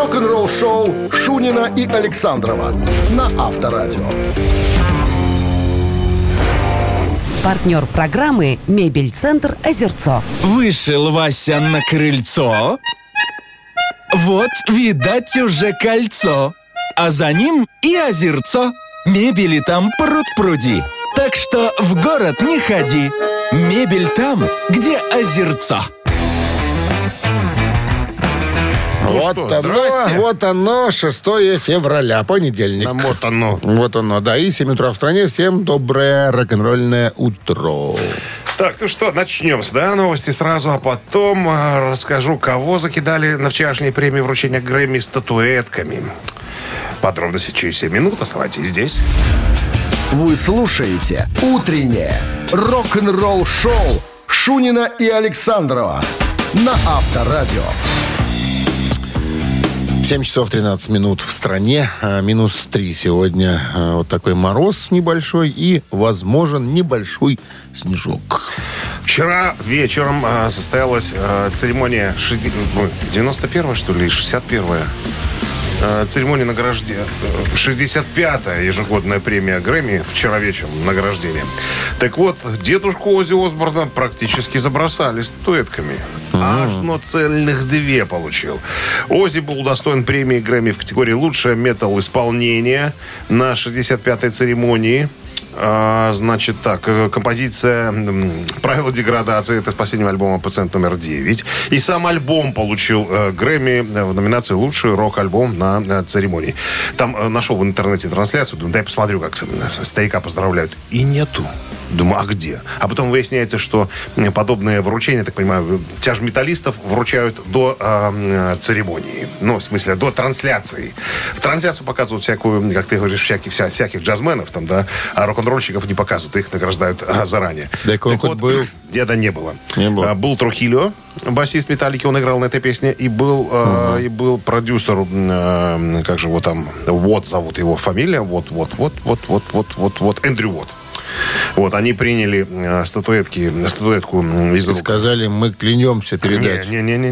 Рок-н-ролл-шоу Шунина и Александрова на Авторадио. Партнер программы «Мебель-центр Озерцо». Вышел Вася на крыльцо. Вот, видать, уже кольцо. А за ним и озерцо. Мебели там пруд-пруди. Так что в город не ходи. Мебель там, где озерцо. Вот оно, 6 февраля, понедельник. Вот оно, да. И 7 утра в стране. Всем доброе рок-н-ролльное утро. Так, ну что, начнем с новости сразу, а потом расскажу, кого закидали на вчерашней премии вручения Грэмми статуэтками. Подробности через 7 минут. Оставайтесь здесь. Вы слушаете «Утреннее рок-н-ролл-шоу» Шунина и Александрова на Авторадио. 7 часов 13 минут в стране, минус 3 сегодня. Вот такой мороз небольшой и возможен небольшой снежок. Вчера вечером состоялась церемония 91-я, что ли, 61-я. Церемония награждения. 65-я ежегодная премия Грэмми. Вчера вечером награждение. Так вот, дедушку Оззи Осборна практически забросали статуэтками. Аж цельных 2 получил. Оззи был удостоен премии Грэмми в категории «Лучшее метал-исполнение» на 65-й церемонии. Значит так, композиция «Правила деградации» — это с последнего альбома «Пациент номер 9». И сам альбом получил Грэмми в номинации «Лучший рок-альбом» на церемонии. Там нашел в интернете трансляцию, думаю, дай посмотрю, как старика поздравляют. И нету. Думаю, а где? А потом выясняется, что подобные вручения, так понимаю, тяжметаллистов вручают до церемонии. Ну, в смысле, до трансляции. В трансляцию показывают всякую, как ты говоришь, всяких джазменов, там, да, а рок-н-ролльщиков не показывают, их награждают заранее. Так вот, был? Деда не было. Не было. Был Трухильо, басист «Металлики», он играл на этой песне, и был продюсер, как же его там, Вот зовут его фамилия, вот, Эндрю Вот. Вот, они приняли статуэтку из рук. Сказали, мы клянемся передать.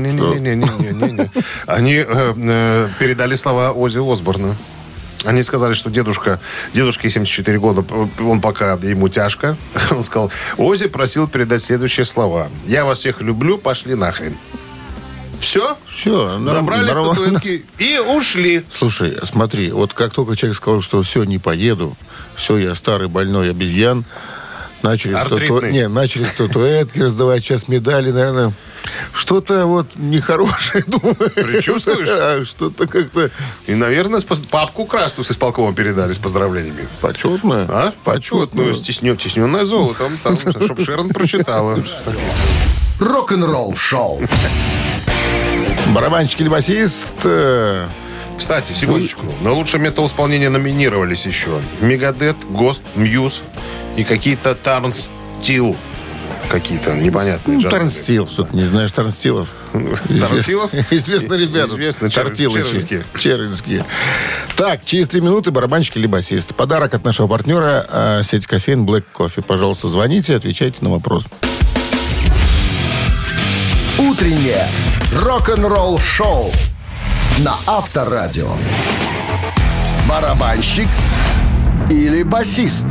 Не. Они передали слова Оззи Осборна. Они сказали, что дедушке 74 года, он пока ему тяжко. Он сказал, Оззи просил передать следующие слова. Я вас всех люблю, пошли нахрен. Все, забрали статуэтки и ушли. Слушай, смотри, вот как только человек сказал, что все, не поеду, все, я старый больной обезьян, начали статуэтки раздавать, сейчас медали, наверное, что-то вот нехорошее, думаю. Предчувствуешь? Что-то как-то... И, наверное, папку красную с исполкомом передали с поздравлениями. Почетную? А? Почетную. Тисненное золото. Там, чтобы Шерон прочитала. Рок-н-ролл-шоу. Барабанщик или басист? Кстати, секундочку. На лучшее метал-исполнение номинировались еще Мегадет, Гост, Мьюз и какие-то Тарнстил. Какие-то непонятные. Тарнстил. Что ты не знаешь Тарнстилов? Тарнстилов? Известные ребята. Известные Червинские. Так, через 3 минуты барабанщик или басист. Подарок от нашего партнера сеть кофеин Black Coffee. Пожалуйста, звоните, отвечайте на вопрос. Утреннее рок-н-ролл-шоу на Авторадио. Барабанщик или басист?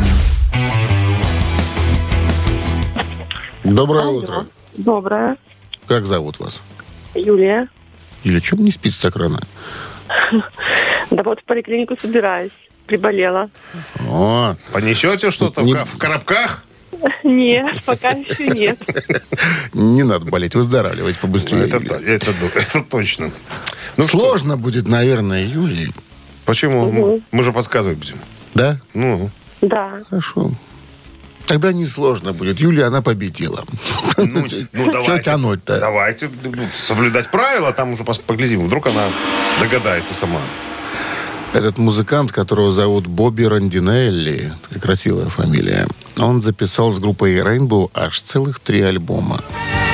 Доброе утро. Доброе. Как зовут вас? Юлия. Юлия, чем не спите так рано? Да вот в поликлинику собираюсь. Приболела. О, понесете что-то в коробках? Нет, пока еще нет. Не надо болеть, выздоравливайте побыстрее. Это точно. Ну, сложно будет, наверное, Юлии. Почему? Угу. Мы же подсказывать будем. Да? Ну. Да. Хорошо. Тогда несложно будет. Юлия, она победила. Ну что тянуть-то? Давайте соблюдать правила, а там уже поглядим. Вдруг она догадается сама. Этот музыкант, которого зовут Бобби Рандинелли, такая красивая фамилия, он записал с группой Rainbow аж целых 3 альбома.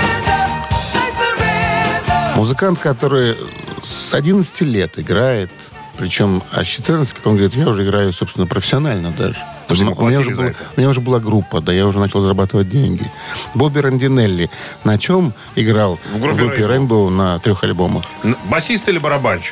Музыкант, который с 11 лет играет, причем с 14, как он говорит, я уже играю, собственно, профессионально даже. То есть ему платили за это? У меня уже была группа, да, я уже начал зарабатывать деньги. Бобби Рандинелли на чем играл в группе Rainbow на 3 альбомах? Басист или барабанщик?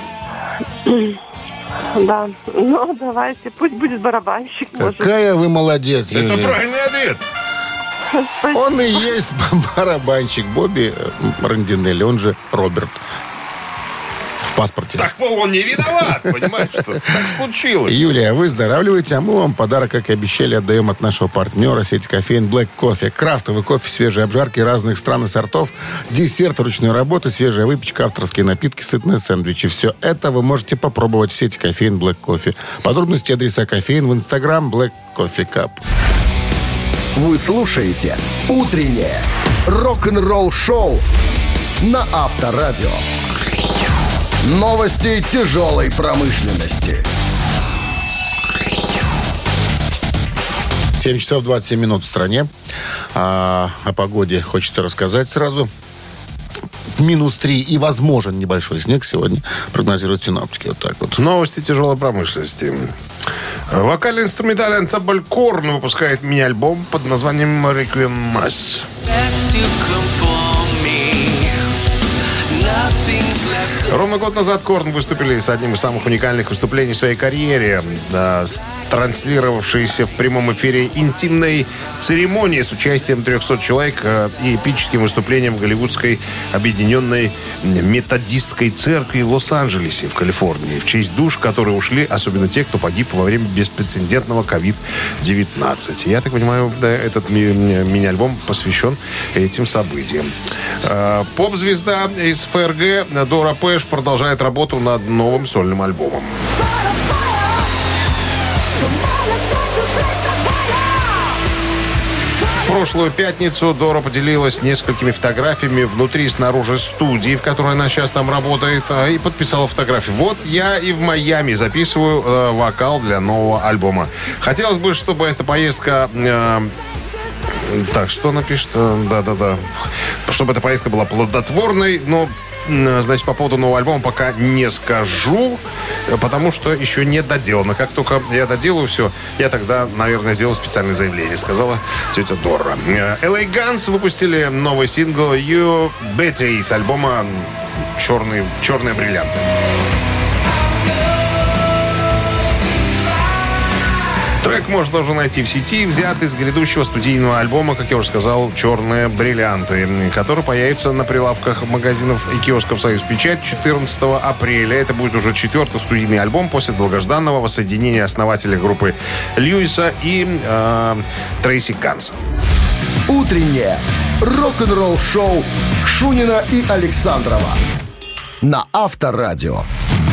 Да. Ну, давайте. Пусть будет барабанщик. Какая вы молодец, Это Юлия. правильный ответ. Он и есть барабанщик Бобби Рандинелли, он же Роберт. В паспорте. Так, он не виноват, понимаешь, что так случилось. Юлия, выздоравливайте, а мы вам подарок, как и обещали, отдаем от нашего партнера сети кофеин Black Coffee. Крафтовый кофе, свежие обжарки разных стран и сортов, десерт ручной работы, свежая выпечка, авторские напитки, сытные сэндвичи. Все это вы можете попробовать в сети кофеин Black Coffee. Подробности адреса кофеин в Instagram Black Coffee Cup. Вы слушаете «Утреннее рок-н-ролл-шоу» на Авторадио. Новости тяжелой промышленности. 7 часов 27 минут в стране. О погоде хочется рассказать сразу. -3 и возможен небольшой снег сегодня, прогнозируют синоптики. Вот так вот. Новости тяжелой промышленности. Вокально-инструментальный ансамбль Корн выпускает мини-альбом под названием «Requiem Mass». Ровно год назад Корн выступили с одним из самых уникальных выступлений в своей карьере, транслировавшейся в прямом эфире интимной церемонии с участием 300 человек и эпическим выступлением в голливудской объединенной методистской церкви в Лос-Анджелесе, в Калифорнии, в честь душ, которые ушли, особенно те, кто погиб во время беспрецедентного COVID-19. Я так понимаю, этот мини-альбом посвящен этим событиям. Поп-звезда из ФРГ Дора Пэш продолжает работу над новым сольным альбомом. В прошлую пятницу Дора поделилась несколькими фотографиями внутри и снаружи студии, в которой она сейчас там работает, и подписала фотографии. Вот я и в Майами записываю вокал для нового альбома. Хотелось бы, чтобы эта поездка... Так, что она пишет? Да. Чтобы эта поездка была плодотворной, но... Значит, по поводу нового альбома пока не скажу, потому что еще не доделано. Как только я доделаю все, я тогда, наверное, сделаю специальное заявление, сказала тетя Дора. LA Guns выпустили новый сингл You Betty с альбома «Черные бриллианты». Трек можно уже найти в сети, взятый из грядущего студийного альбома, как я уже сказал, «Черные бриллианты», который появится на прилавках магазинов и киосков «Союз Печать» 14 апреля. Это будет уже 4-й студийный альбом после долгожданного воссоединения основателя группы Льюиса и Трейси Ганса. Утреннее рок-н-ролл-шоу Шунина и Александрова на Авторадио.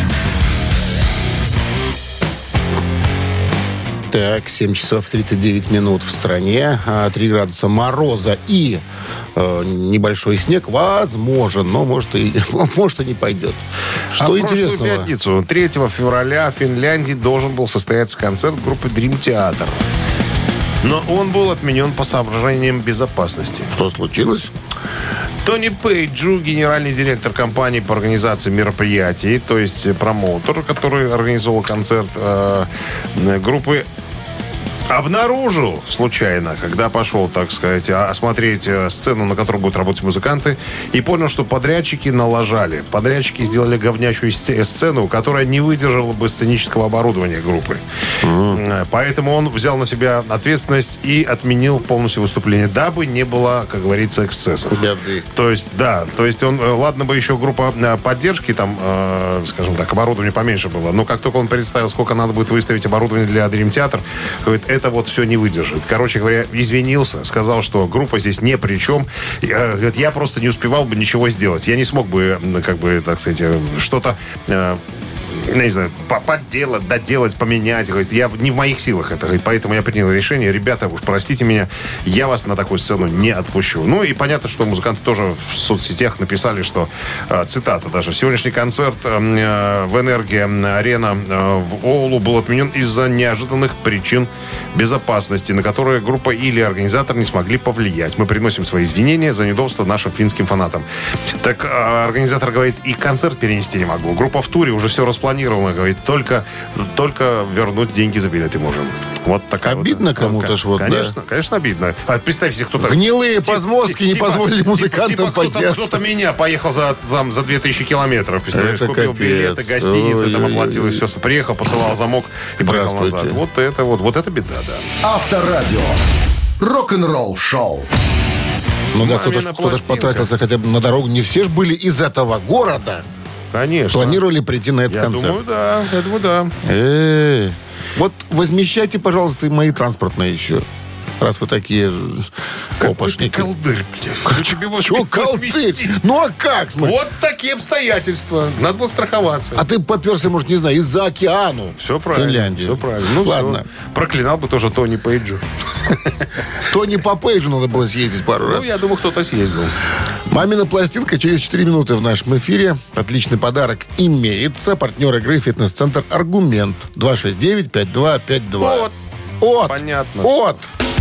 Так, 7 часов 39 минут в стране, 3 градуса мороза и небольшой снег возможен, но может и не пойдет. Что в интересного? прошлую пятницу, 3 февраля, в Финляндии должен был состояться концерт группы Dream Theater. Но он был отменен по соображениям безопасности. Что случилось? Тони Пейджу, генеральный директор компании по организации мероприятий, то есть промоутер, который организовал концерт группы, обнаружил случайно, когда пошел, так сказать, осмотреть сцену, на которой будут работать музыканты, и понял, что подрядчики налажали. Подрядчики сделали говнячую сцену, которая не выдержала бы сценического оборудования группы. Поэтому он взял на себя ответственность и отменил полностью выступление, дабы не было, как говорится, эксцессов. Беды. То есть, да, то есть он, ладно бы еще группа поддержки, там, скажем так, оборудование поменьше было, но как только он представил, сколько надо будет выставить оборудование для Dream Theater, говорит, это вот все не выдержит. Короче говоря, извинился, сказал, что группа здесь ни при чем. Говорит, я просто не успевал бы ничего сделать. Я не смог бы, как бы, так сказать, что-то... не знаю, подделать, доделать, поменять. Говорит, я не в моих силах это. Говорит, поэтому я принял решение. Ребята, уж простите меня, я вас на такую сцену не отпущу. Ну и понятно, что музыканты тоже в соцсетях написали, что, цитата даже, сегодняшний концерт в Энерги-арена в Оулу был отменен из-за неожиданных причин безопасности, на которые группа или организатор не смогли повлиять. Мы приносим свои извинения за неудобство нашим финским фанатам. Так организатор говорит, и концерт перенести не могу. Группа в туре, уже все распланировано, говорит, только вернуть деньги за билеты можем. Вот такая обидно кому-то ж вот, конечно, конечно, обидно. А представь себе, кто-то... Гнилые подмостки не позволили музыкантам подняться. Кто-то меня поехал за 2000 километров. Представляешь, Это купил капец. билеты, гостиницы, там оплатил и все. Приехал, поцеловал замок и поехал назад. Вот это беда, да. Авторадио. Рок-н-ролл шоу. Ну да, кто-то ж потратился хотя бы на дорогу. Не все ж были из этого города. Конечно. Планировали прийти на этот концерт. Я думаю, да. Вот возмещайте, пожалуйста, и мои транспортные еще. Раз вы такие опошники. Какой ты колдырь, блядь. Чего колдырь? Ну а как? Смотри. Вот такие обстоятельства. Надо было страховаться. А ты поперся, может, не знаю, из-за океану. Все правильно. Финляндию. Все правильно. Ну, ладно. Все. Проклинал бы тоже Тони Пейджу. Тони по Пейджу надо было съездить пару раз. Ну, я думаю, кто-то съездил. «Мамина пластинка» через 4 минуты в нашем эфире. Отличный подарок имеется. Партнер игры «Фитнес-центр Аргумент». 269-5252. Вот. Понятно. Вот.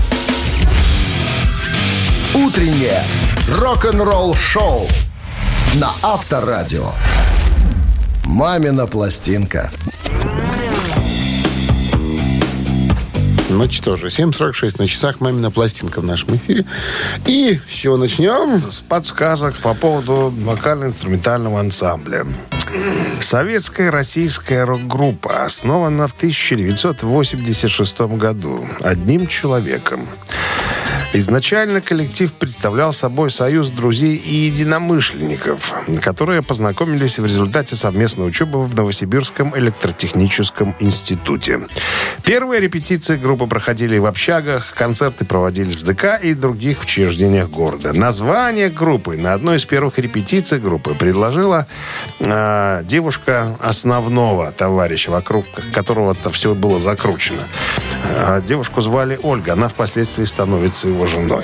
Утреннее рок-н-ролл шоу на Авторадио. «Мамина пластинка». Ну что же, 7:46 на часах. «Мамина пластинка» в нашем эфире. И с чего начнем? С подсказок по поводу вокально-инструментального ансамбля. Советская российская рок-группа основана в 1986 году одним человеком. Изначально коллектив представлял собой союз друзей и единомышленников, которые познакомились в результате совместной учебы в Новосибирском электротехническом институте. Первые репетиции группы проходили в общагах, концерты проводились в ДК и других учреждениях города. Название группы на одной из первых репетиций группы предложила девушка основного товарища, вокруг которого-то все было закручено. Девушку звали Ольга, она впоследствии становится его женой.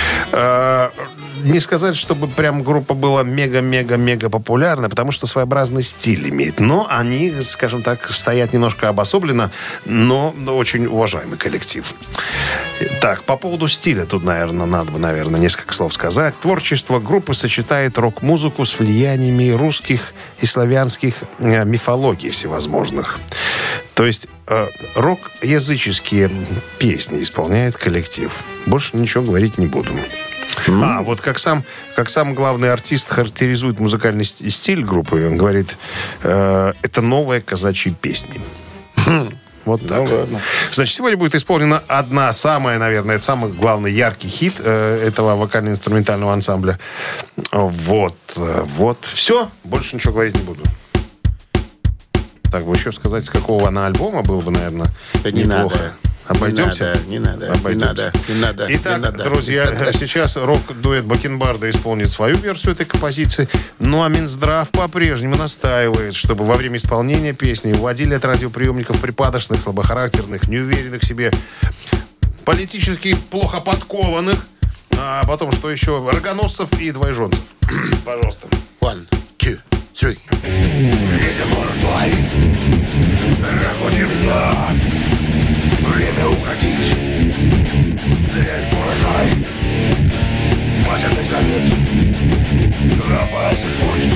Не сказать, чтобы прям группа была мега-мега-мега популярна, потому что своеобразный стиль имеет. Но они, скажем так, стоят немножко обособленно, но очень уважаемый коллектив. Так, по поводу стиля тут, надо бы, несколько слов сказать. Творчество группы сочетает рок-музыку с влияниями русских и славянских мифологий всевозможных. То есть рок-языческие песни исполняет коллектив. Больше ничего говорить не буду. Вот как сам главный артист характеризует музыкальный стиль группы, он говорит, это новые казачьи песни. Вот так. Значит, сегодня будет исполнена одна самая, наверное, это самый главный яркий хит этого вокально-инструментального ансамбля. Вот. Все. Больше ничего говорить не буду. Так бы еще сказать, с какого она альбома было бы, наверное, неплохо. Обойдемся? Не надо. Итак, друзья, сейчас рок-дуэт Бакенбарда исполнит свою версию этой композиции. Ну а Минздрав по-прежнему настаивает, чтобы во время исполнения песни уводили от радиоприемников припадочных, слабохарактерных, неуверенных в себе, политически плохо подкованных, а потом, что еще, рогоносцев и двоеженцев. Пожалуйста. 1, 2, 3. Ветер молодой, разбуди меня. Время уходить, зря урожай. Пасенный завет, опасен путь.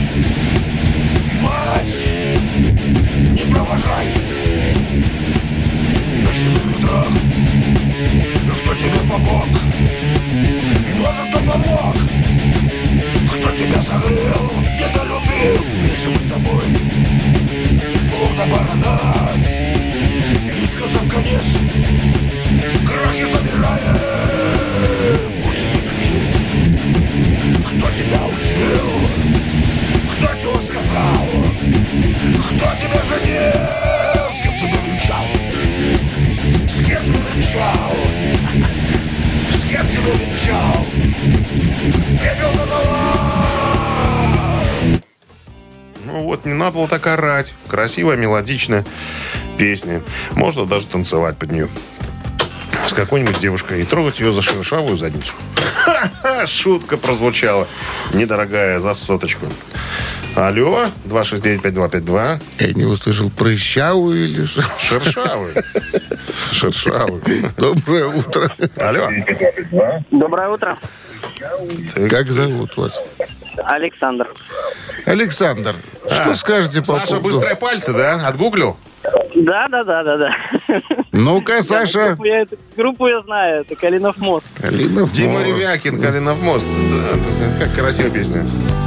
Мать, не провожай. Ночными ветра, кто тебе помог? Может, кто помог? Кто тебя согрел, где-то любил? Если мы с тобой, полна барана. Из конца в конец крахи собираем. Очень ключи. Кто тебя учил? Кто чего сказал? Кто тебя женил? С кем тебя венчал? С кем тебя венчал? С кем тебя венчал? Пепел на зала. Ну вот, не надо было так орать. Красивая, мелодичная песня. Можно даже танцевать под нее с какой-нибудь девушкой и трогать ее за шершавую задницу. Ха-ха, шутка прозвучала. Недорогая, за соточку. Алло, 269-5252. Я не услышал, прыщавую или что? Шершавую. Шершавую. Доброе утро. Алло. Доброе утро. Как зовут вас? Александр. Александр, что скажете по Саша, поводу... быстрые пальцы, да? Отгуглил? Да. Ну-ка, Саша. Группу я знаю, это «Калинов мост». Дима Ревякин, «Калинов мост». Да, как красивая песня.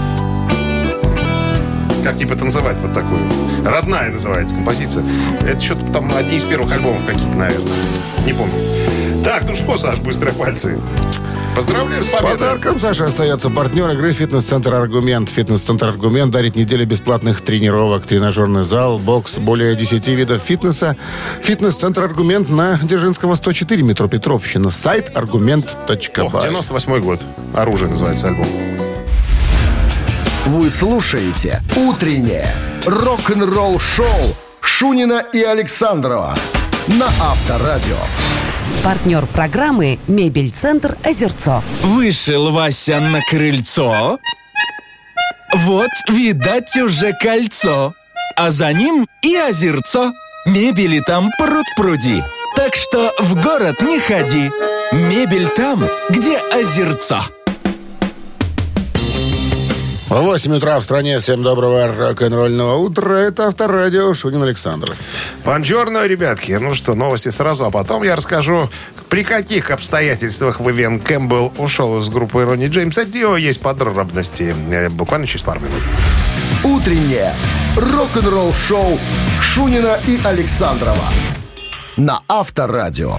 Как не потанцевать под такую. «Родная» называется композиция. Это что-то там одни из первых альбомов какие-то, наверное. Не помню. Так, ну что, Саш, быстрые пальцы. Поздравляю с победой. Подарком, Саша, остается партнер игры «Фитнес-центр Аргумент». «Фитнес-центр Аргумент» дарит неделю бесплатных тренировок, тренажерный зал, бокс, более 10 видов фитнеса. «Фитнес-центр Аргумент» на Дзержинского, 104, метро Петровщина. Сайт argument.by. 98-й год. «Оружие» называется альбом. Вы слушаете «Утреннее рок-н-ролл-шоу» Шунина и Александрова на Авторадио. Партнер программы «Мебель-центр Озерцо». Вышел Вася на крыльцо. Вот, видать, уже кольцо. А за ним и озерцо. Мебели там пруд-пруди. Так что в город не ходи. Мебель там, где озерцо. 8 утра в стране. Всем доброго рок-н-ролльного утра. Это Авторадио. Шунин Александров. Бонжорно, ребятки. Ну что, новости сразу, а потом я расскажу, при каких обстоятельствах Вивиан Кэмпбелл ушел из группы Ронни Джеймса Дио. Есть подробности буквально через пару минут. Утреннее рок-н-ролл-шоу Шунина и Александрова на Авторадио.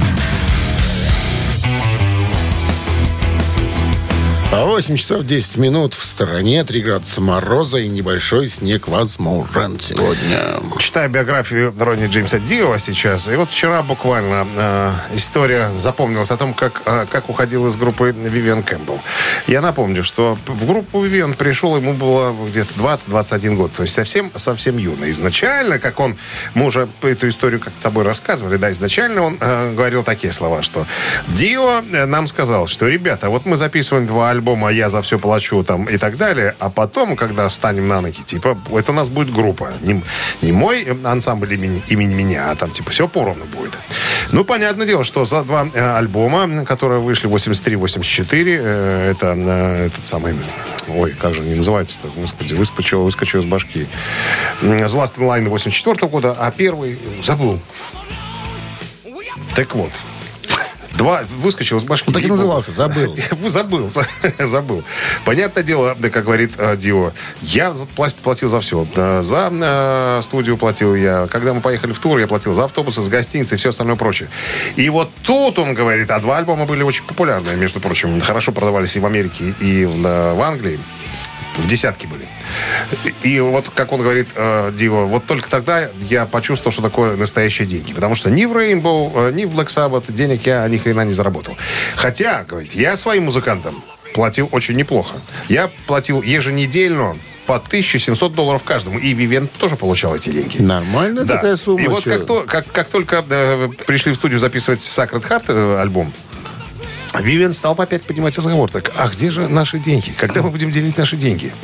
8 часов 10 минут в стороне, 3 градуса мороза и небольшой снег возможен сегодня. Читаю биографию Ронни Джеймса Дио сейчас. И вот вчера буквально история запомнилась о том, как уходил из группы Вивиан Кэмпбелл. Я напомню, что в группу Вивиан пришел, ему было где-то 20-21 год. То есть совсем юный. Изначально, мы уже эту историю как-то с тобой рассказывали, да, изначально он говорил такие слова, что Дио нам сказал, что, ребята, вот мы записываем 2 альбома, «Я за все плачу» там и так далее, а потом, когда встанем на ноги, типа, это у нас будет группа. Не мой ансамбль имени меня, а там, типа, все поровну будет. Ну, понятное дело, что за 2 альбома, которые вышли 83-84, это этот самый... Ой, как же они называются-то? Господи, выскочил из башки. The Last in Line 84 года, а первый забыл. Так вот. 2 выскочил из башки. Он так и назывался, забыл. Забыл. Понятное дело, да, как говорит Дио, я платил за все. За студию платил я. Когда мы поехали в тур, я платил за автобусы, за гостиницы и все остальное прочее. И вот тут он говорит, 2 альбома были очень популярные, между прочим. Хорошо продавались и в Америке, и в Англии. В десятки были. И вот, как он говорит, Дио, вот только тогда я почувствовал, что такое настоящие деньги. Потому что ни в Rainbow, ни в Black Sabbath денег я ни хрена не заработал. Хотя, говорит, я своим музыкантам платил очень неплохо. Я платил еженедельно по $1700 каждому. И Вивиан тоже получал эти деньги. Нормально, да. Такая сумма. И вот как только пришли в студию записывать Sacred Heart альбом, Вивиан стал опять поднимать разговор. Так, а где же наши деньги? Когда мы будем делить наши деньги?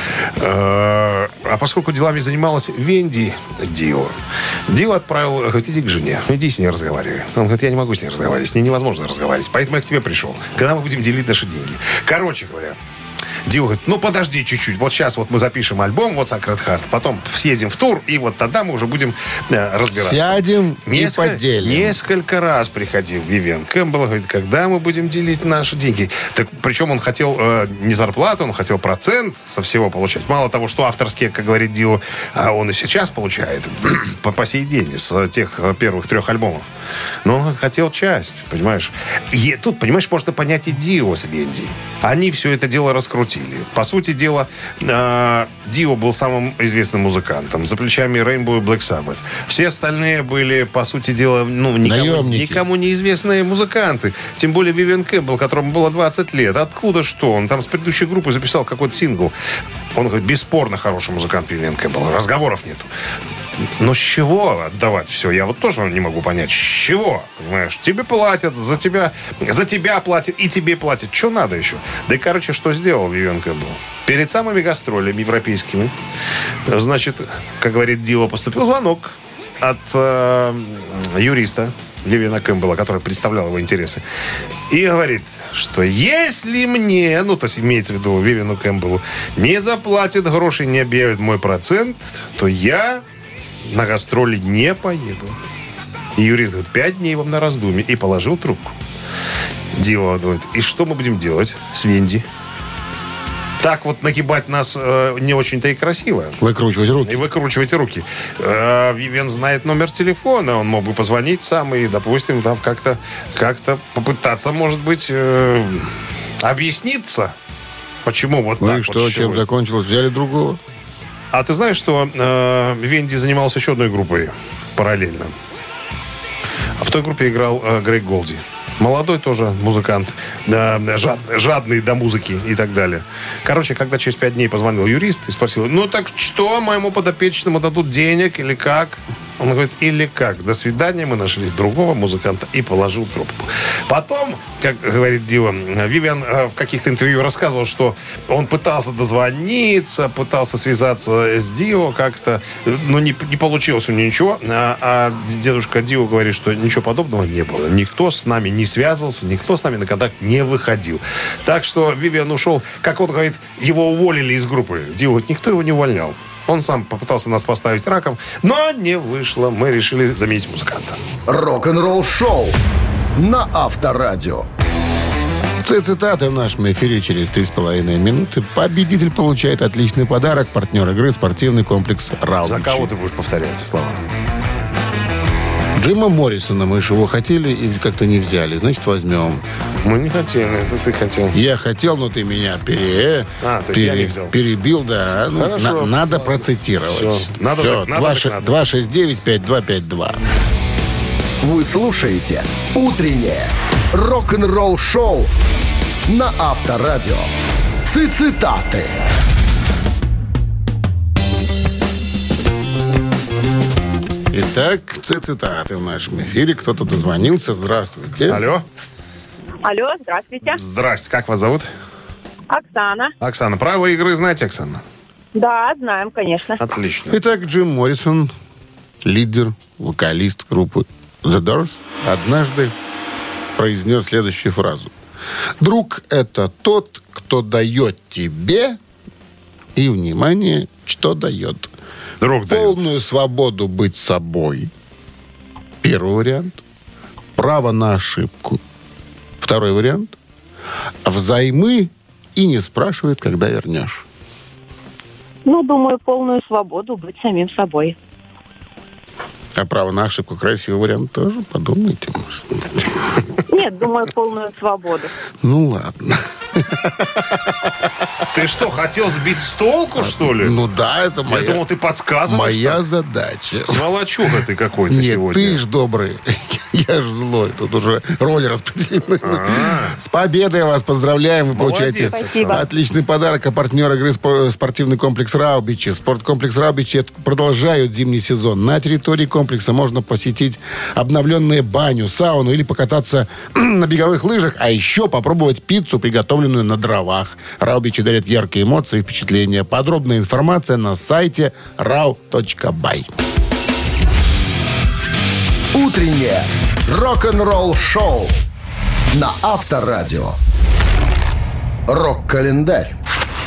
А поскольку делами занималась Венди Дио отправил, говорит, иди к жене, иди с ней разговаривай. Он говорит, я не могу с ней разговаривать, с ней невозможно разговаривать, поэтому я к тебе пришел. Когда мы будем делить наши деньги? Короче говоря, Дио говорит, ну подожди чуть-чуть, вот сейчас вот мы запишем альбом, вот Sacred Heart, потом съездим в тур, и вот тогда мы уже будем разбираться. Сядем и поделим. Несколько раз приходил Вивиан Кэмпбелл, говорит, когда мы будем делить наши деньги. Так, причем он хотел не зарплату, он хотел процент со всего получать. Мало того, что авторские, как говорит Дио, он и сейчас получает по сей день с тех первых 3 альбомов. Но он хотел часть, понимаешь. И тут, понимаешь, можно понять и Дио с Венди. Они все это дело раскрутили. По сути дела, Дио был самым известным музыкантом. За плечами Rainbow и Black Sabbath. Все остальные были, по сути дела, никому неизвестные музыканты. Тем более Вивиан Кэмпбелл, которому было 20 лет. Откуда что? Он там с предыдущей группы записал какой-то сингл. Он говорит, бесспорно хороший музыкант Вивиан Кэмпбелл. Разговоров нету. Но с чего отдавать все? Я вот тоже не могу понять. С чего? Понимаешь? Тебе платят, за тебя платят и тебе платят. Что надо еще? Да и, короче, что сделал Вивиан Кэмпбелл? Перед самыми гастролями европейскими, значит, как говорит Дио, поступил звонок от юриста Вивиана Кэмпбелла, который представлял его интересы. И говорит, что если мне, то есть имеется в виду Вивиану Кэмпбеллу, не заплатят гроши, не объявят мой процент, то я на гастроли не поеду. И юрист говорит, 5 дней вам на раздумье. И положил трубку. Дио говорит, и что мы будем делать с Венди? Так вот нагибать нас не очень-то и красиво. Выкручивать руки. И выкручивать руки. Вивиан знает номер телефона. Он мог бы позвонить сам и, допустим, там как-то попытаться, может быть, объясниться, почему вот ну так. И что, чем закончилось? Взяли другого? А ты знаешь, что Венди занимался еще одной группой параллельно? А в той группе играл Грег Голди. Молодой тоже музыкант, жадный до музыки и так далее. Короче, когда через 5 дней позвонил юрист и спросил, ну так что, моему подопечному дадут денег или как? Он говорит, или как? До свидания, мы нашли другого музыканта, и положил трубку. Потом, как говорит Дио, Вивиан в каких-то интервью рассказывал, что он пытался дозвониться, пытался связаться с Дио как-то, но не получилось у него ничего. А дедушка Дио говорит, что ничего подобного не было. Никто с нами не связывался, никто с нами на контакт не выходил. Так что Вивиан ушел, как он говорит, его уволили из группы. Дио говорит, никто его не увольнял. Он сам попытался нас поставить раком, но не вышло. Мы решили заменить музыканта. Рок-н-ролл шоу на Авторадио. Цитаты в нашем эфире через 3,5 минуты. Победитель получает отличный подарок. Партнер игры — спортивный комплекс «Раубичи». За кого ты будешь повторять слова? Джима Моррисона. Мы же его хотели и как-то не взяли. Значит, возьмем. Мы не хотели, это ты хотел. Я хотел, но ты меня я не взял. перебил, да. Ну, надо процитировать. Все. Надо. 269-5252. Вы слушаете «Утреннее рок-н-ролл-шоу» на Авторадио. Цитаты. Итак, цитаты в нашем эфире. Кто-то дозвонился. Здравствуйте. Алло. Алло, здравствуйте. Здрасте. Как вас зовут? Оксана. Оксана. Правила игры знаете, Оксана? Да, знаем, конечно. Отлично. Итак, Джим Моррисон, лидер, вокалист группы The Doors, однажды произнес следующую фразу. «Друг — это тот, кто дает тебе, и, внимание, что дает? Друг Полную свободу быть собой». Первый вариант. Право на ошибку. Второй вариант. Взаймы и не спрашивает, когда вернешь. Ну, думаю, полную свободу быть самим собой. А право на ошибку — красивый вариант тоже. Подумайте, может быть. Нет, думаю, полную свободу. Ну, ладно. Ты что, хотел сбить с толку, что ли? Ну да, это моя... Я думал, ты подсказываешь. Моя задача. Сволочуга ты какой-то Нет, сегодня. ты ж добрый. Я ж злой. Тут уже роли распределены. С победой вас поздравляем. Вы получаете отличный подарок. А партнер игры — спортивный комплекс «Раубичи». Спорткомплекс «Раубичи» продолжают зимний сезон. На территории комплекса можно посетить обновленную баню, сауну или покататься на беговых лыжах, а еще попробовать пиццу, приготовленную на дровах. «Раубичи» дарят яркие эмоции и впечатления. Подробная информация на сайте rau.by. Утреннее рок-н-ролл-шоу на Авторадио. Рок-календарь.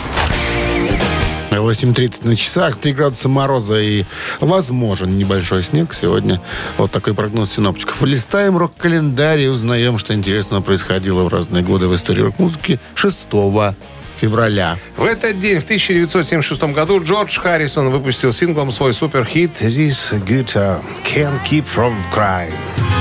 8:30 на часах, 3 градуса мороза и возможен небольшой снег сегодня. Вот такой прогноз синоптиков. Листаем рок-календарь и узнаем, что интересного происходило в разные годы в истории рок-музыки 6 февраля. В этот день, в 1976 году, Джордж Харрисон выпустил синглом свой суперхит «This Guitar Can't Keep From Crying».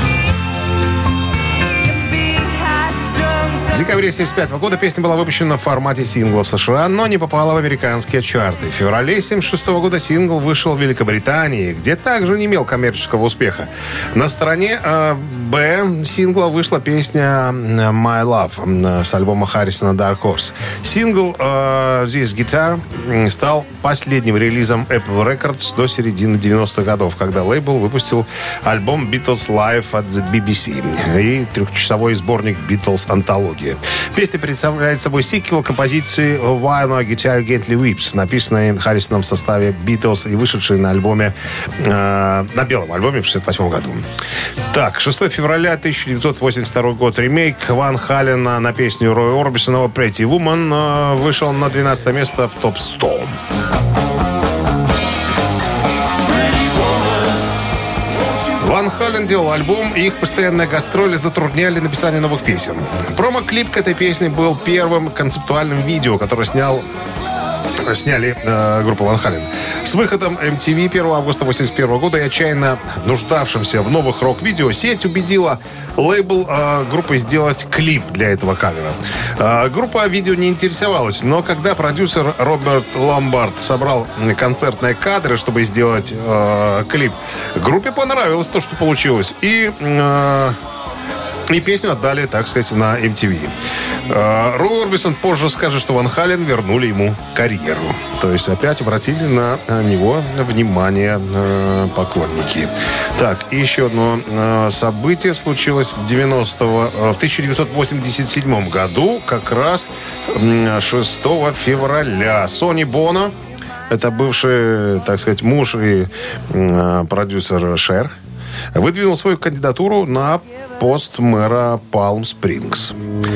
В декабре 1975 года песня была выпущена в формате сингла в США, но не попала в американские чарты. В феврале 1976 года сингл вышел в Великобритании, где также не имел коммерческого успеха. На стороне Б сингла вышла песня «My Love» с альбома Харрисона «Dark Horse». Сингл «This Guitar» стал последним релизом Apple Records до середины 90-х годов, когда лейбл выпустил альбом «Beatles Live at the BBC» и трехчасовой сборник «Beatles Антология». Песня представляет собой сиквел композиции «While My Guitar Gently Weeps», написанной Харрисоном в составе «Beatles» и вышедшей на альбоме, на белом альбоме в 1968 году. Так, 6 февраля 1982 год. Ремейк Ван Халена на песню Роя Орбисона «Pretty Woman» вышел на 12 место в ТОП-100. Ван Хален делал альбом, и их постоянные гастроли затрудняли написание новых песен. Промо-клип к этой песне был первым концептуальным видео, которое сняли группа Ван Хален. С выходом MTV 1 августа 1981 года и отчаянно нуждавшимся в новых рок-видео сеть убедила лейбл группы сделать клип для этого кавера. Группа видео не интересовалась, но когда продюсер Роберт Ломбард собрал концертные кадры, чтобы сделать клип, группе понравилось то, что получилось. И песню отдали, так сказать, на MTV. Рой Орбисон позже скажет, что Ван Хален вернули ему карьеру. То есть опять обратили на него внимание поклонники. Так, и еще одно событие случилось в 1987 году, как раз 6 февраля. Сони Боно, это бывший, так сказать, муж и продюсер Шер, выдвинул свою кандидатуру на пост мэра Палм-Спрингс.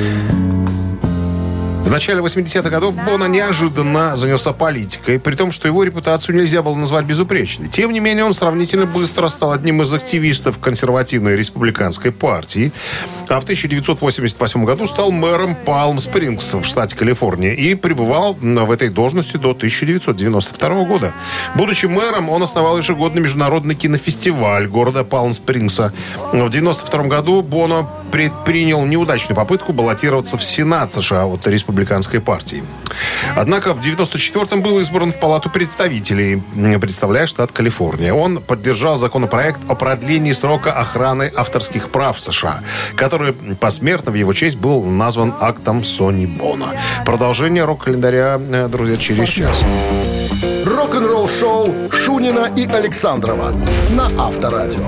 В начале 80-х годов Боно неожиданно занялся политикой, при том, что его репутацию нельзя было назвать безупречной. Тем не менее, он сравнительно быстро стал одним из активистов консервативной республиканской партии, а в 1988 году стал мэром Палм-Спрингс в штате Калифорния и пребывал в этой должности до 1992 года. Будучи мэром, он основал ежегодный международный кинофестиваль города Палм-Спрингса. В 1992 году Боно предпринял неудачную попытку баллотироваться в Сенат США от республиканской партии. Однако в 1994-м был избран в Палату представителей, представляя штат Калифорния. Он поддержал законопроект о продлении срока охраны авторских прав в США, который посмертно в его честь был назван актом Сони Боно. Продолжение рок-календаря, друзья, через час. Рок-н-ролл шоу Шунина и Александрова на Авторадио.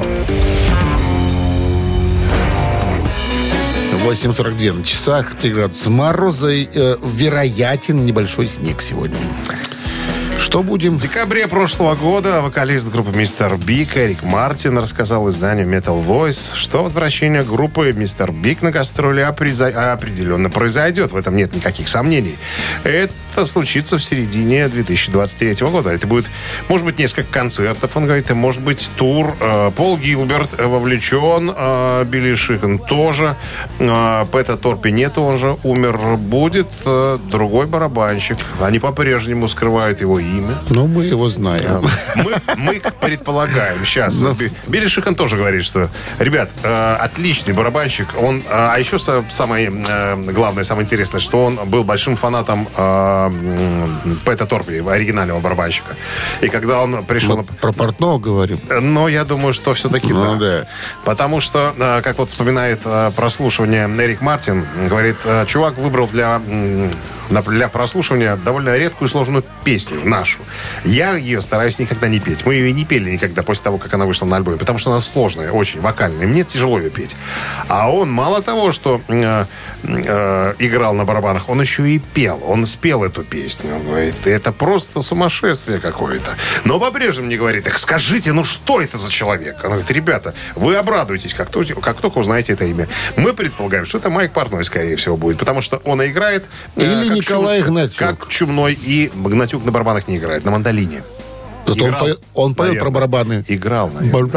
8:42 на часах, 3 градуса мороза, вероятен небольшой снег сегодня. Что будем? В декабре прошлого года вокалист группы Мистер Биг Эрик Мартин рассказал изданию Metal Voice, что возвращение группы Мистер Биг на гастроли определенно произойдет. В этом нет никаких сомнений. Это случится в середине 2023 года. Это будет, может быть, несколько концертов, он говорит, и может быть тур. Пол Гилберт вовлечен, Билли Шихан тоже. Пэта Торпи нет, он же умер. Будет другой барабанщик. Они по-прежнему скрывают его имя. Но мы его знаем. Мы предполагаем сейчас. Билли Шихан тоже говорит, что, ребят, отличный барабанщик. Он, а еще самое главное, самое интересное, что он был большим фанатом Пэта Торпи, оригинального барабанщика. И когда он пришел... Про портного говорим. Но я думаю, что все-таки да. Потому что, как вот вспоминает прослушивание Эрик Мартин, говорит, чувак выбрал для прослушивания довольно редкую и сложную песню, нашу. Я ее стараюсь никогда не петь. Мы ее не пели никогда после того, как она вышла на альбоме, потому что она сложная, очень вокальная. Мне тяжело ее петь. А он мало того, что играл на барабанах, он еще и пел. Он спел эту песню. Он говорит, это просто сумасшествие какое-то. Но по-прежнему мне говорит, так скажите, ну что это за человек? Он говорит, ребята, вы обрадуетесь, как только узнаете это имя. Мы предполагаем, что это Майк Портной, скорее всего, будет, потому что он играет... Или Николай Гнатюк. Как Чумной, и Гнатюк на барабанах не играет, на мандолине. Зато он поет про барабаны. Играл, наверное.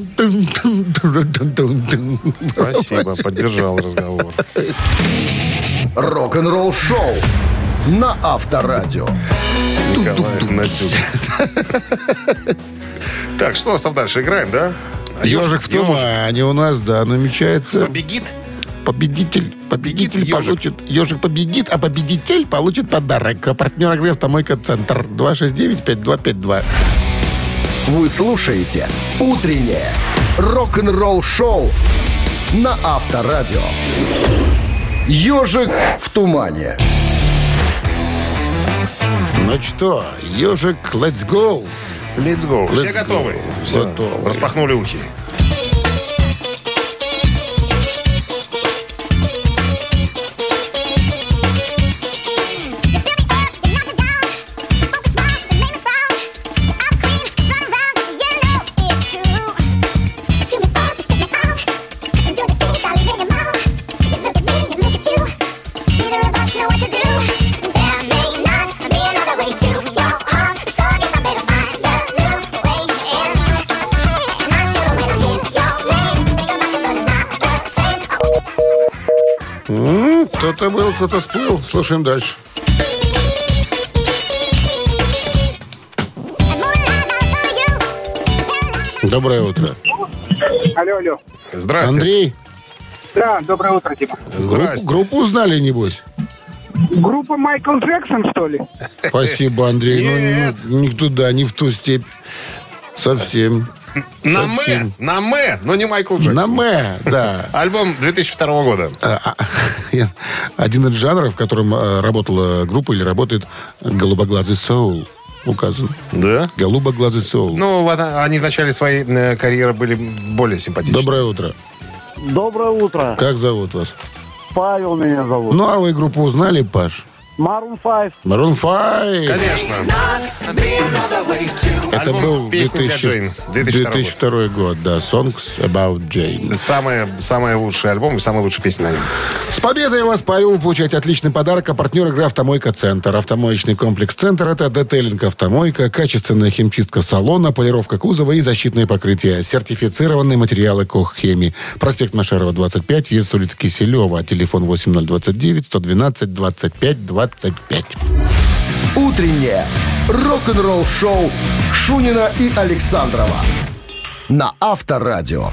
Спасибо, поддержал разговор. Рок-н-ролл шоу на Авторадио. Николай Гнатюк. Так, что у нас там дальше? Играем, да? Ежик в тумане у нас, да, намечается. Победит? Победитель получит... Ежик победит, а победитель получит подарок. Партнер игры «Автомойка Центр». 269-5252. Вы слушаете «Утреннее рок-н-ролл-шоу» на Авторадио. «Ежик в тумане». Ну что, ежик, let's go. Let's go. Все готовы? Все. Готовы. Распахнули ухи. Кто-то был, кто-то всплыл. Слушаем дальше. Доброе утро. Алло. Здрасте. Андрей? Да, доброе утро, Дима. Здрасте. Группу узнали, небось? Группа Майкл Джексон, что ли? Спасибо, Андрей. Нет. Ну, не туда, не в ту степь. Совсем. На «Мэ», но не Майкл Джексон. На «Мэ», да. Альбом 2002 года. Один из жанров, в котором работала группа или работает, голубоглазый соул. Указан. Да? Голубоглазый соул. Ну, вот они в начале своей карьеры были более симпатичны. Доброе утро. Доброе утро. Как зовут вас? Павел меня зовут. Ну, а вы группу узнали, Паш? Maroon 5. Maroon 5. Конечно. Это Альбом был «Песни для Джейн», 2002 год, да. Songs About Jane. Самый лучший альбом и самая лучшая песня на нем. С победой вас, Павел! Вы получаете отличный подарок. А партнер игры «Автомойка Центр». Автомоечный комплекс «Центр» — это детейлинг «Автомойка», качественная химчистка салона, полировка кузова и защитные покрытия. Сертифицированные материалы «Коххеми». Проспект Машерова, 25, въезд с улицы Киселева. Телефон 8029-112-25-25. Утреннее рок-н-ролл-шоу Шунина и Александрова на Авторадио.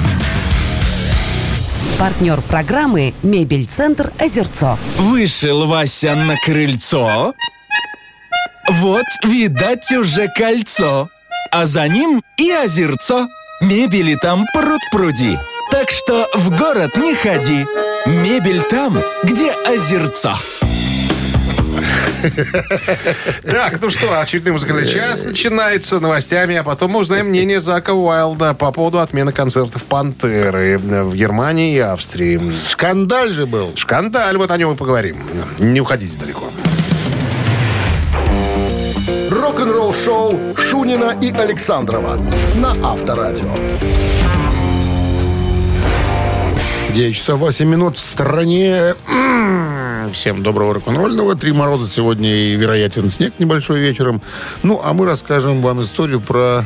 Партнер программы «Мебель-центр Озерцо». Вышел Вася на крыльцо. Вот, видать, уже кольцо. А за ним и озерцо. Мебели там пруд-пруди. Так что в город не ходи. Мебель там, где озерцо. Так, ну что, очередной музыкальный час начинается новостями, а потом мы узнаем мнение Зака Уайлда по поводу отмены концертов «Пантеры» в Германии и Австрии. Скандаль же был. Шкандаль, вот о нем и поговорим. Не уходите далеко. Рок-н-ролл-шоу Шунина и Александрова на Авторадио. 9 часов 8 минут в стране. Всем доброго рок-н-ролльного. 3 мороза сегодня и, вероятен, снег небольшой вечером. Ну, а мы расскажем вам историю про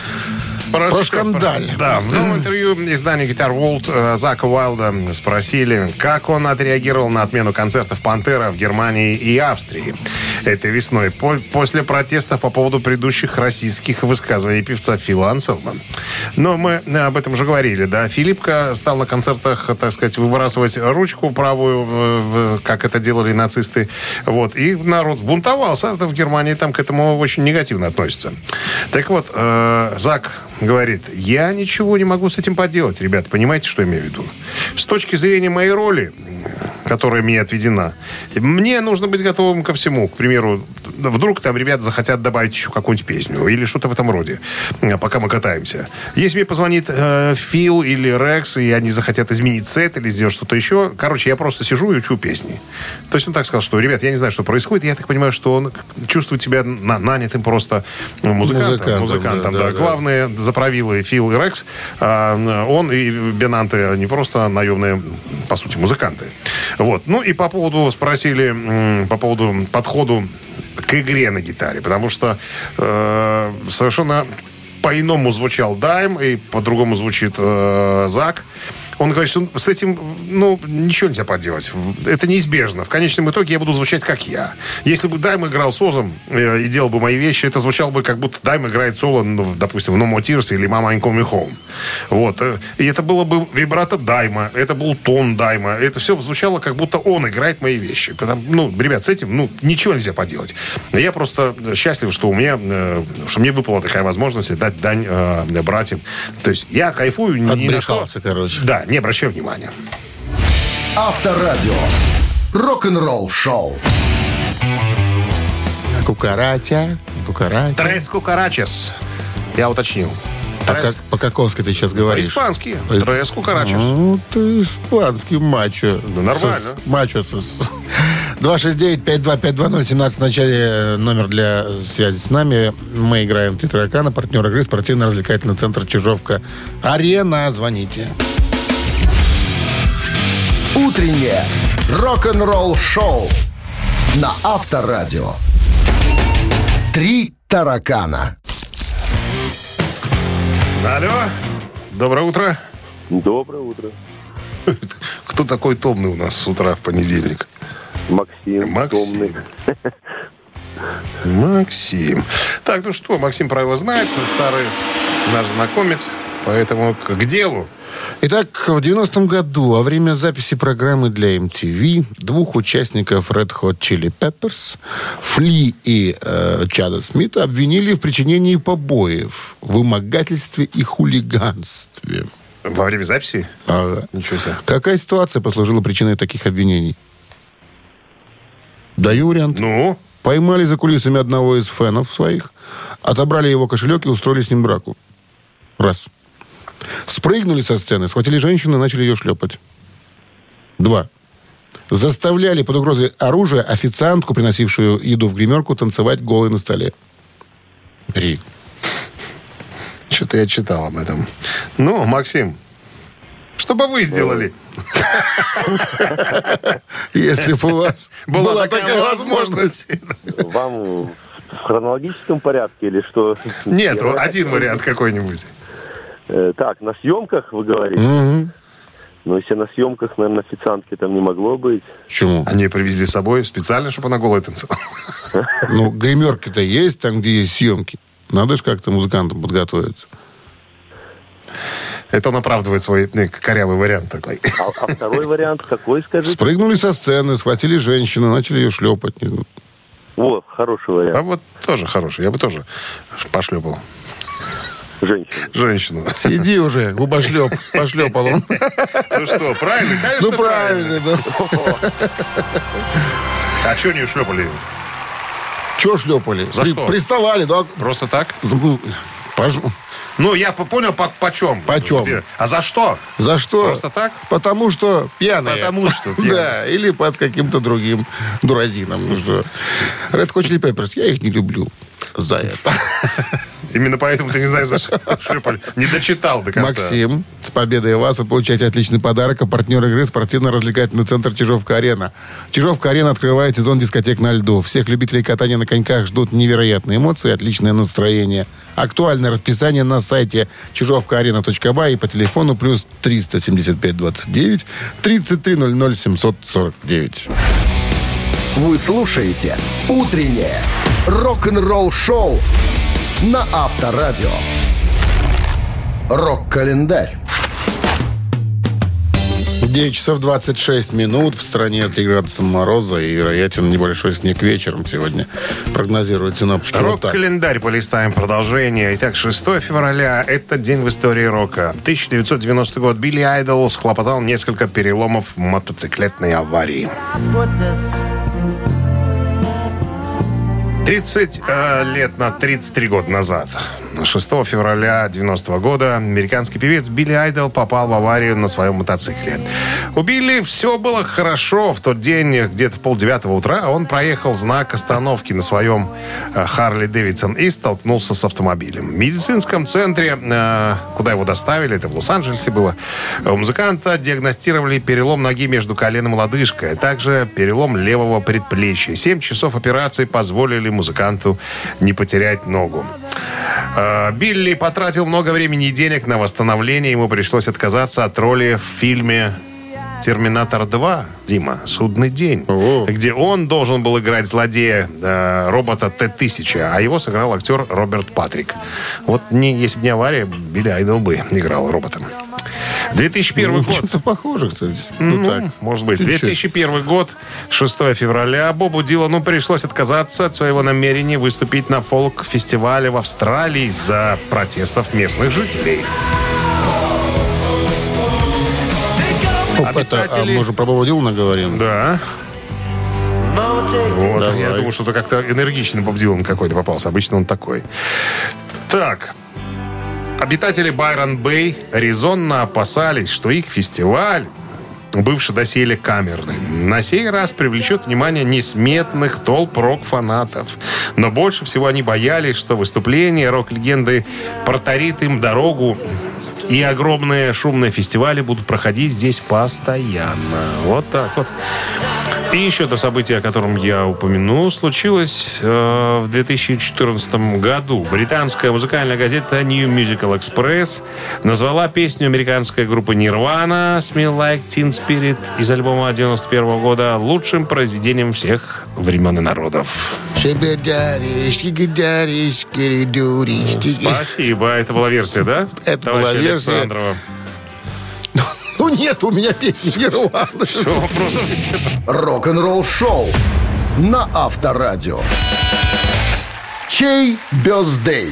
шкандаль. Да, в новом интервью издания Guitar World Зака Уайлда спросили, как он отреагировал на отмену концертов «Пантера» в Германии и Австрии этой весной после протестов по поводу предыдущих российских высказываний певца Фила Анселма. Но мы об этом уже говорили, да. Филиппка стал на концертах, так сказать, выбрасывать ручку правую, как это делали нацисты. Вот. И народ сбунтовался. В Германии там к этому очень негативно относятся. Так вот, Зак говорит, я ничего не могу с этим поделать, ребята, понимаете, что я имею в виду? С точки зрения моей роли, которая мне отведена, мне нужно быть готовым ко всему. К примеру, вдруг там ребята захотят добавить еще какую-нибудь песню или что-то в этом роде, пока мы катаемся. Если мне позвонит Фил или Рекс, и они захотят изменить сет или сделать что-то еще, короче, я просто сижу и учу песни. То есть он так сказал, что, ребят, я не знаю, что происходит, я так понимаю, что он чувствует себя нанятым просто музыкантом. Да. Главные заправилы Фил и Рекс, он и Бенанте, они просто наемные, по сути, музыканты. Вот. Ну и по поводу подходу к игре на гитаре, потому что совершенно по-иному звучал Дайм, и по-другому звучит Зак. Он говорит, что с этим, ничего нельзя поделать. Это неизбежно. В конечном итоге я буду звучать как я. Если бы Дайм играл созом и делал бы мои вещи, это звучало бы, как будто Дайм играет соло, допустим, в No More Tears или Mama I'm Coming Home. Вот. И это было бы вибрато Дайма, это был тон Дайма. Это все звучало, как будто он играет мои вещи. Ребят, с этим, ничего нельзя поделать. Я просто счастлив, что мне выпала такая возможность дать дань братьям. То есть я кайфую ни на что. Короче. Да, не обращай внимания. Авторадио. Рок-н-ролл шоу. Кукарача. Трес кукарачес. Я уточнил. По-каковски ты сейчас говоришь? По-испански. Трес кукарачес. Ты испанский мачо. Да нормально. Мачо. 269-5252017 в начале номер для связи с нами. Мы играем «Ты таракана», партнер игры спортивно-развлекательный центр «Чижовка-Арена». Звоните. Утреннее рок-н-ролл-шоу на Авторадио. 3 таракана. Алло. Доброе утро. Доброе утро. Кто такой томный у нас с утра в понедельник? Максим. Максим. Максим. Так, ну что, Максим правила знает, старый наш знакомец, поэтому к делу. Итак, в 90-м году во время записи программы для MTV двух участников Red Hot Chili Peppers, Фли и Чада Смита, обвинили в причинении побоев, вымогательстве и хулиганстве. Во время записи? Ага. Ничего себе. Какая ситуация послужила причиной таких обвинений? Даю вариант. Ну? Поймали за кулисами одного из фенов своих, отобрали его кошелек и устроили с ним драку. Раз. Спрыгнули со сцены, схватили женщину и начали ее шлепать. 2. Заставляли под угрозой оружия официантку, приносившую еду в гримерку, танцевать голой на столе. 3. Что-то я читал об этом. Ну, Максим, что бы вы сделали? Если бы у вас была такая возможность. Вам в хронологическом порядке или что? Нет, один вариант какой-нибудь. Так, на съемках, вы говорите? Угу. Ну, если на съемках, наверное, официантки там не могло быть. Почему? Они привезли с собой специально, чтобы она голая танцевала. Ну, гримерки-то есть, там, где есть съемки. Надо же как-то музыкантам подготовиться. Это он оправдывает свой корявый вариант такой. А второй вариант какой, скажите? Спрыгнули со сцены, схватили женщину, начали ее шлепать. Вот, хороший вариант. А вот тоже хороший. Я бы тоже пошлепал. Женщину. Сиди уже, губошлеп. Пошлепал он. Ну что, правильно? Конечно, Ну, правильно, да. А что не шлепали? Чего шлепали? За что? Приставали, да? Просто так? Ну, я понял, почем. Почем? Где? А за что? За что? Просто так? Потому что пьяные. Потому что пьяные. Да, или под каким-то другим дуразином. Ну что, Red Hot Chili Peppers, я их не люблю за это. Именно поэтому ты не знаешь, за что шлепали. Не дочитал до конца. Максим, с победой вас вы получаете отличный подарок. А партнер игры — спортивно-развлекательный центр «Чижовка-арена». «Чижовка-арена» открывает сезон дискотек на льду. Всех любителей катания на коньках ждут невероятные эмоции и отличное настроение. Актуальное расписание на сайте чижовкаарена.бай и по телефону плюс 375 29 33 00 749. Вы слушаете «Утреннее рок-н-ролл-шоу» на Авторадио. Рок-календарь. 9 часов 26 минут. В стране 3 градуса мороза и вероятен небольшой снег вечером сегодня. Прогнозируют синоптики. Рок-календарь полистаем. Продолжение. Итак, 6 февраля. Это день в истории рока. 1990 год. Билли Айдол схлопотал несколько переломов в мотоциклетной аварии. 33 года назад, 6 февраля 90 года, американский певец Билли Айдол попал в аварию на своем мотоцикле. У Билли все было хорошо. В тот день, где-то в 8:30 утра, он проехал знак остановки на своем Харли Дэвидсон и столкнулся с автомобилем. В медицинском центре, куда его доставили, это в Лос-Анджелесе было, у музыканта диагностировали перелом ноги между коленом и лодыжкой, а также перелом левого предплечья. 7 часов операции позволили музыканту не потерять ногу. Билли потратил много времени и денег на восстановление. Ему пришлось отказаться от роли в фильме «Терминатор 2», Дима, «Судный день», где он должен был играть злодея робота Т-1000, а его сыграл актер Роберт Патрик. Вот если бы не авария, Билли Айдол бы играл роботом. 2001 год. Что-то похоже, кстати. Может быть. 2001 год, 6 февраля. Бобу Дилану пришлось отказаться от своего намерения выступить на фолк-фестивале в Австралии из-за протестов местных жителей. Мы уже про Боба Дилана говорим. Да. Вот, я думаю, что-то как-то энергичный Боб Дилан какой-то попался. Обычно он такой. Так. Обитатели Байрон-Бэй резонно опасались, что их фестиваль, бывший доселе камерный, на сей раз привлечет внимание несметных толп рок-фанатов. Но больше всего они боялись, что выступление рок-легенды протарит им дорогу, и огромные шумные фестивали будут проходить здесь постоянно. Вот так вот. И еще то событие, о котором я упомяну, случилось в 2014 году. Британская музыкальная газета New Musical Express назвала песню американской группы Nirvana «Smell Like Teen Spirit» из альбома 91 года лучшим произведением всех времен и народов. Спасибо. Это была версия, да? Это была версия. Александрова. Ну нет, у меня песни Нирваны. Все, вопросов нет. Рок-н-ролл шоу на Авторадио. Чей бёздей?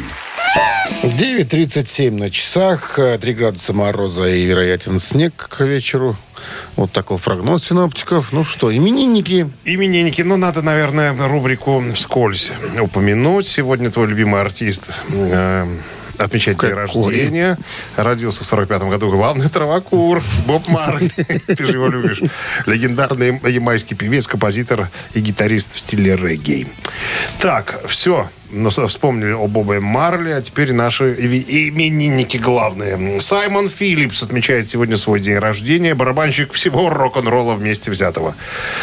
9:37 на часах, 3 градуса мороза и вероятен снег к вечеру. Вот такой прогноз синоптиков. Ну что, именинники? Именинники. Ну, надо, наверное, рубрику вскользь упомянуть. Сегодня твой любимый артист отмечает день рождения. Родился в 45-м году главный травокур Боб Марли. Ты же его любишь. Легендарный ямайский певец, композитор и гитарист в стиле регги. Так, все. Вспомнили о Бобе Марли, а теперь наши именинники главные. Саймон Филлипс отмечает сегодня свой день рождения. Барабанщик всего рок-н-ролла вместе взятого.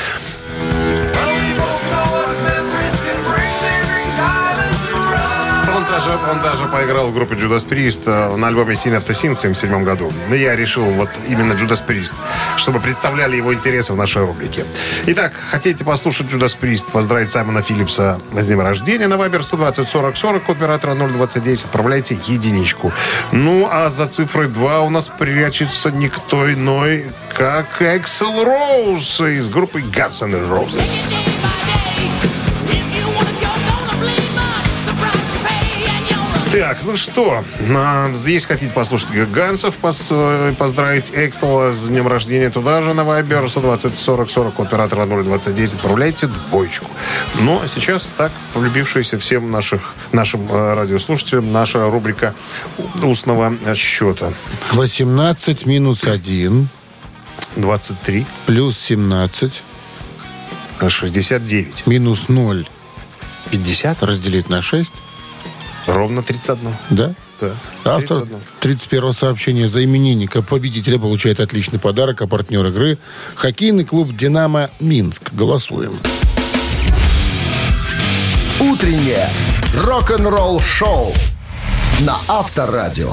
Он даже поиграл в группе Judas Priest на альбоме Sin After Sin в 1977 году. Но я решил вот именно Judas Priest, чтобы представляли его интересы в нашей рубрике. Итак, хотите послушать Judas Priest, поздравить Саймона Филлипса с днем рождения? На Viber 120 40 40, код оператора 029, отправляйте единичку. Ну, а за цифрой 2 у нас прячется никто иной, как Эксел Роуз из группы Guns N' Roses. Так, ну что, здесь хотите послушать Гансов, поздравить Эксела с днем рождения, туда же на Viber 120 40 40, оператора 029, отправляйте двоечку. Ну, а сейчас так, полюбившаяся всем нашим радиослушателям, наша рубрика устного счета. 18 минус 1. 23. Плюс 17. 69. Минус 0. 50. Разделить на 6. Ровно 31. Да? Да. Автор 31-го сообщения за именинника победителя получает отличный подарок, а партнер игры — хоккейный клуб «Динамо» Минск. Голосуем. Утреннее рок-н-ролл шоу на Авторадио.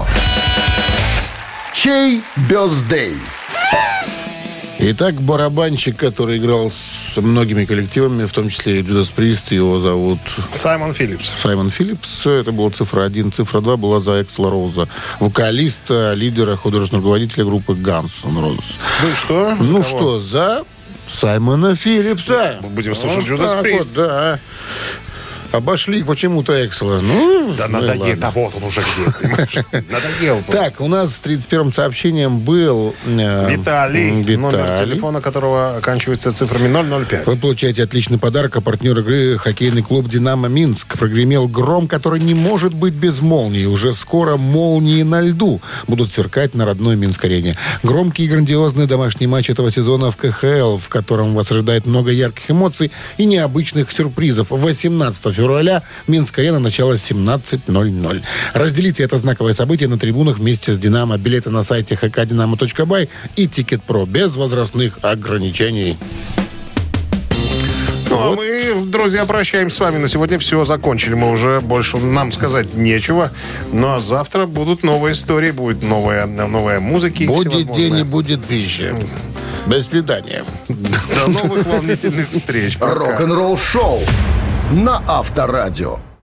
Чей бёздей? Итак, барабанщик, который играл с многими коллективами, в том числе и Judas Priest, его зовут... Саймон Филлипс. Саймон Филлипс, это была цифра 1. Цифра 2 была за Эксела Роуза, вокалиста, лидера, художественного руководителя группы Guns N' Roses. Ну и что? Ну что, за Саймона Филлипса. Будем слушать Judas Priest. Вот, да. Обошли почему-то Эксела. Ну, да надоел. Да вот он уже где, понимаешь? Надоел просто. Так, у нас с 31-м сообщением был... Виталий, номер телефона которого оканчивается цифрами 005. Вы получаете отличный подарок, а партнер игры — хоккейный клуб «Динамо» Минск. Прогремел гром, который не может быть без молнии. Уже скоро молнии на льду будут сверкать на родной Минск-арене. Громкий и грандиозный домашний матч этого сезона в КХЛ, в котором вас ожидает много ярких эмоций и необычных сюрпризов. 18 февраля Минск-арена, начало 17:00. Разделите это знаковое событие на трибунах вместе с «Динамо». Билеты на сайте hkdinamo.by и Тикет.Про без возрастных ограничений. Ну, а мы, друзья, прощаемся с вами. На сегодня все, закончили. Мы уже больше нам сказать нечего. Ну, а завтра будут новые истории, будет новая музыка. Будет день и будет пища. До свидания. До новых волнительных встреч. Рок-н-ролл шоу на Авторадио.